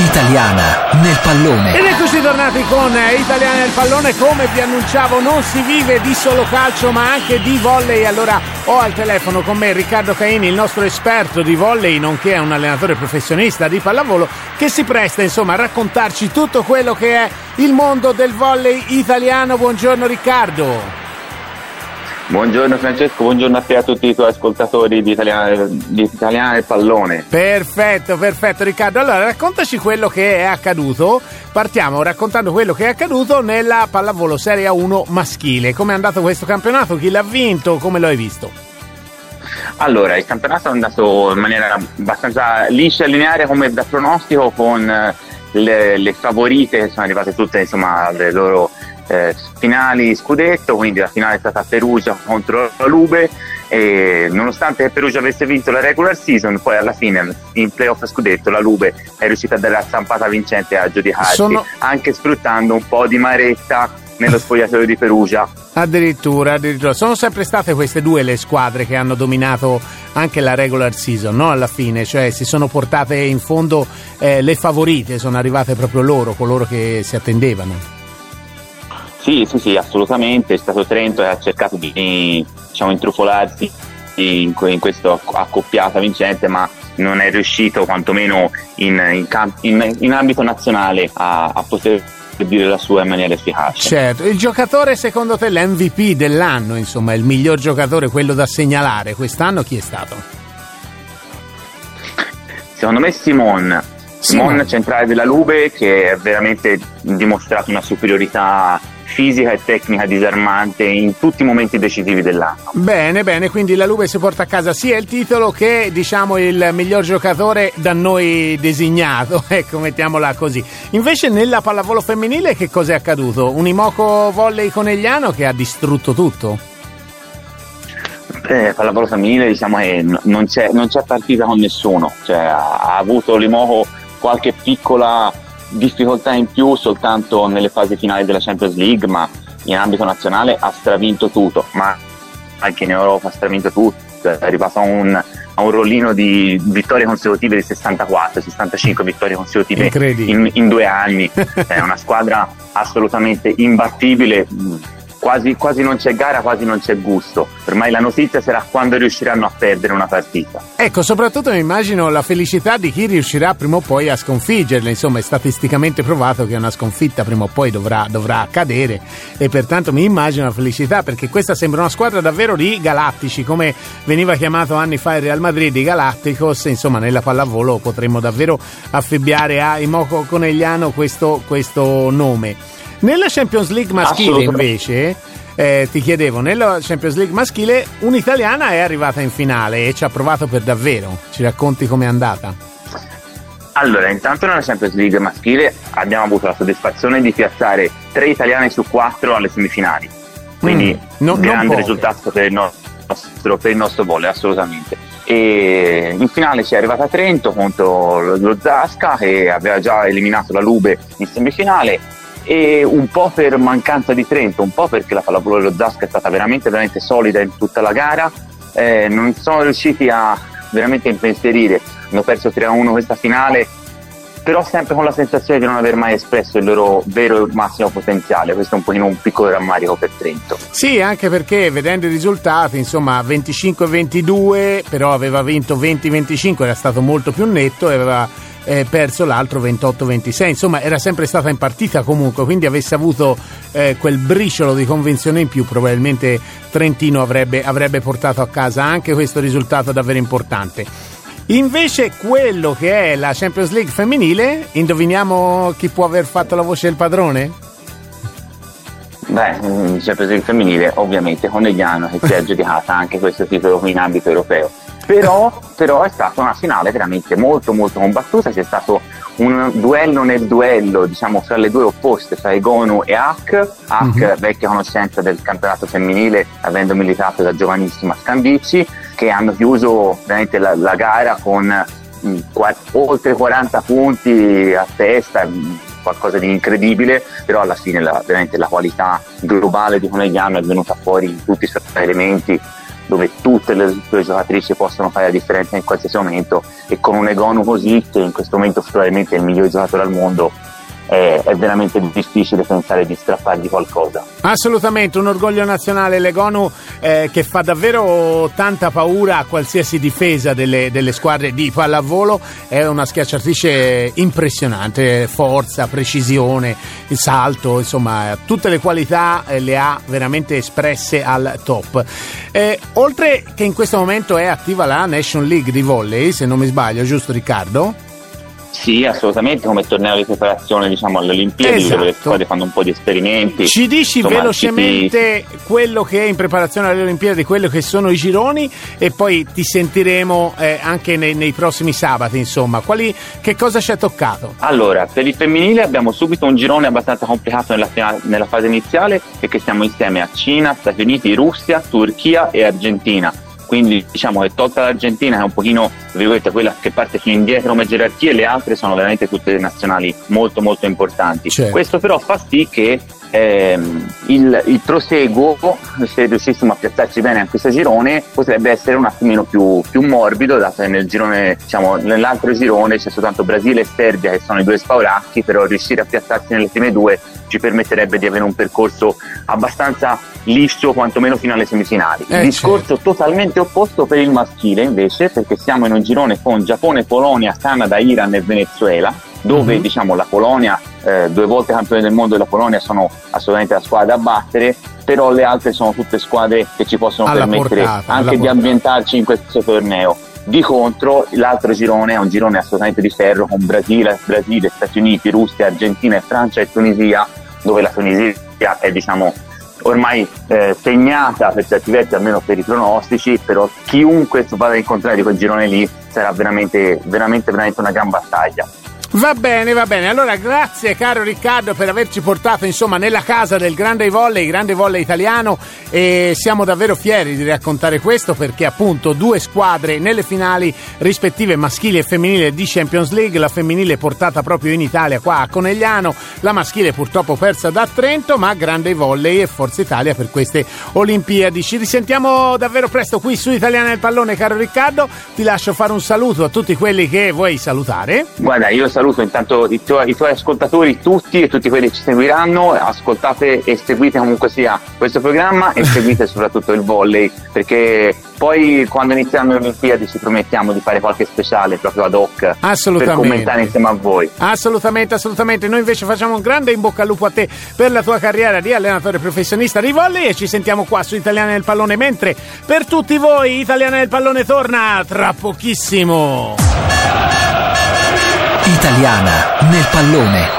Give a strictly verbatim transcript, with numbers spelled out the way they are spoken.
Italiana nel pallone. Ed eccoci tornati con Italiana nel pallone. Come vi annunciavo, non si vive di solo calcio ma anche di volley. Allora ho al telefono con me Riccardo Caini, il nostro esperto di volley, nonché un allenatore professionista di pallavolo, che si presta insomma a raccontarci tutto quello che è il mondo del volley italiano. Buongiorno Riccardo. Buongiorno Francesco, buongiorno a te e a tutti i tuoi ascoltatori di Italiana, di Italiana nel pallone. Perfetto, perfetto Riccardo. Allora raccontaci quello che è accaduto. Partiamo raccontando quello che è accaduto nella pallavolo Serie A uno maschile. Come è andato questo campionato? Chi l'ha vinto? Come lo hai visto? Allora, il campionato è andato in maniera abbastanza liscia e lineare come da pronostico, con le, le favorite che sono arrivate tutte insomma alle loro Eh, finali scudetto. Quindi la finale è stata a Perugia contro la Lube e nonostante Perugia avesse vinto la regular season, poi alla fine in playoff scudetto la Lube è riuscita a dare la zampata vincente a giudicarsi, Sono... anche sfruttando un po' di maretta nello spogliatoio di Perugia. Addirittura, addirittura sono sempre state queste due le squadre che hanno dominato anche la regular season, no? Alla fine, cioè si sono portate in fondo eh, le favorite, sono arrivate proprio loro, coloro che si attendevano. Sì, sì, sì, assolutamente. È stato Trento che ha cercato di, diciamo, intrufolarsi in, in questa accoppiata vincente, ma non è riuscito, quantomeno in, in, in, in ambito nazionale, a, a poter dire la sua in maniera efficace. Certo. Il giocatore, secondo te, l'M V P dell'anno, insomma, il miglior giocatore, quello da segnalare quest'anno, chi è stato? Secondo me Simon. Simon, centrale della Lube, che ha veramente dimostrato una superiorità fisica e tecnica disarmante in tutti i momenti decisivi dell'anno. Bene, bene, quindi la Lube si porta a casa sia il titolo che, diciamo, il miglior giocatore da noi designato, ecco, mettiamola così. Invece nella pallavolo femminile che cosa è accaduto? Unimoco Volley Conegliano che ha distrutto tutto? Eh, pallavolo femminile, diciamo che non c'è, non c'è partita con nessuno, cioè ha, ha avuto l'Imoco qualche piccola difficoltà in più soltanto nelle fasi finali della Champions League, ma in ambito nazionale ha stravinto tutto, ma anche in Europa ha stravinto tutto, è arrivato a un, a un rollino di vittorie consecutive di sessantaquattro sessantacinque vittorie consecutive in, in due anni. È una squadra assolutamente imbattibile. Quasi, quasi non c'è gara, quasi non c'è gusto. Ormai la notizia sarà quando riusciranno a perdere una partita. Ecco, soprattutto mi immagino la felicità di chi riuscirà prima o poi a sconfiggerle. Insomma, è statisticamente provato che una sconfitta prima o poi dovrà, dovrà accadere, e pertanto mi immagino la felicità, perché questa sembra una squadra davvero di galattici, come veniva chiamato anni fa il Real Madrid, i Galacticos. Insomma, nella pallavolo potremmo davvero affibbiare a Imoco Conegliano questo, questo nome. Nella Champions League maschile invece, eh, ti chiedevo, nella Champions League maschile un'italiana è arrivata in finale e ci ha provato per davvero. Ci racconti com'è andata? Allora, intanto nella Champions League maschile abbiamo avuto la soddisfazione di piazzare tre italiane su quattro alle semifinali, quindi mm, no, grande risultato per il nostro, per il nostro volley, assolutamente. E in finale ci è arrivata Trento contro lo Zasca, che aveva già eliminato la Lube in semifinale, e un po' per mancanza di Trento, un po' perché la pallavolo dello Zasca è stata veramente veramente solida in tutta la gara, eh, non sono riusciti a veramente impensierire, hanno perso tre a uno questa finale, però sempre con la sensazione di non aver mai espresso il loro vero massimo potenziale. Questo è un pochino un piccolo rammarico per Trento. Sì, anche perché vedendo i risultati, insomma, venticinque a ventidue, però aveva vinto venti a venticinque, era stato molto più netto, e aveva eh, perso l'altro ventotto a ventisei, insomma era sempre stata in partita comunque, quindi avesse avuto eh, quel briciolo di convinzione in più, probabilmente Trentino avrebbe, avrebbe portato a casa anche questo risultato davvero importante. Invece quello che è la Champions League femminile, indoviniamo chi può aver fatto la voce del padrone? Beh, Champions League femminile ovviamente Conegliano, che si è aggiudicata anche questo titolo in ambito europeo. Però, però è stata una finale veramente molto molto combattuta, c'è stato un duello nel duello, diciamo, fra le due opposte, fra Egonu e Hack. Hack, mm-hmm. vecchia conoscenza del campionato femminile, avendo militato da giovanissima a Scandicci, che hanno chiuso veramente la, la gara con mh, qua, oltre quaranta punti a testa, mh, qualcosa di incredibile, però alla fine la, veramente la qualità globale di Conegliano è venuta fuori in tutti i suoi elementi. dove tutte le due giocatrici possono fare la differenza in qualsiasi momento, e con un Egonu così, che in questo momento probabilmente è il miglior giocatore al mondo, è, è veramente difficile pensare di strappargli qualcosa. Assolutamente, un orgoglio nazionale l'Egonu, eh, che fa davvero tanta paura a qualsiasi difesa delle, delle squadre di pallavolo. È una schiacciatrice impressionante, forza, precisione, il salto, insomma tutte le qualità eh, le ha veramente espresse al top. Eh, oltre che in questo momento è attiva la Nation League di volley, se non mi sbaglio, giusto Riccardo? Sì, assolutamente, come torneo di preparazione, diciamo, alle Olimpiadi, esatto, dove le squadre fanno un po' di esperimenti. Ci dici insomma, velocemente ti... quello che è in preparazione alle Olimpiadi, quello che sono i gironi, e poi ti sentiremo eh, anche nei, nei prossimi sabati, insomma. Quali, che cosa ci è toccato? Allora, per il femminile abbiamo subito un girone abbastanza complicato nella, nella fase iniziale, perché siamo insieme a Cina, Stati Uniti, Russia, Turchia e Argentina. Quindi diciamo che tolta l'Argentina, che è un pochino quella che parte più indietro come gerarchie, le altre sono veramente tutte le nazionali molto molto importanti. Certo. Questo però fa sì che ehm, il, il proseguo, se riuscissimo a piazzarci bene anche questo girone, potrebbe essere un attimino più, più morbido, dato che nel girone, diciamo, nell'altro girone c'è soltanto Brasile e Serbia che sono i due spauracchi, però riuscire a piazzarsi nelle prime due ci permetterebbe di avere un percorso abbastanza liscio, quantomeno fino alle semifinali. Eh, discorso certo. Totalmente opposto per il maschile invece, perché siamo in un girone con Giappone, Polonia, Canada, Iran e Venezuela, dove mm-hmm. diciamo la Polonia, eh, due volte campione del mondo, e la Polonia sono assolutamente la squadra da battere, però le altre sono tutte squadre che ci possono alla permettere portata, anche di portata. ambientarci in questo torneo. Di contro l'altro girone è un girone assolutamente di ferro, con Brasile, Brasile, Stati Uniti, Russia, Argentina, Francia e Tunisia, dove la Tunisia è diciamo ormai eh, segnata per certi versi, almeno per i pronostici, però chiunque vada a incontrare di quel girone lì sarà veramente veramente veramente una gran battaglia. Va bene, va bene. Allora grazie caro Riccardo per averci portato insomma nella casa del grande volley, grande volley italiano, e siamo davvero fieri di raccontare questo, perché appunto due squadre nelle finali rispettive maschile e femminile di Champions League, la femminile portata proprio in Italia qua a Conegliano, la maschile purtroppo persa da Trento, ma grande volley e Forza Italia per queste Olimpiadi. Ci risentiamo davvero presto qui su Italiana nel Pallone, caro Riccardo. Ti lascio fare un saluto a tutti quelli che vuoi salutare. Guarda, io saluto intanto i tuoi, i tuoi ascoltatori tutti e tutti quelli che ci seguiranno. Ascoltate e seguite comunque sia questo programma e seguite soprattutto il volley, perché poi quando iniziamo le Olimpiadi ci promettiamo di fare qualche speciale proprio ad hoc per commentare insieme a voi. Assolutamente, assolutamente. Noi invece facciamo un grande in bocca al lupo a te per la tua carriera di allenatore professionista di volley, e ci sentiamo qua su Italiana nel Pallone, mentre per tutti voi Italiana nel Pallone torna tra pochissimo. Italiana nel Pallone.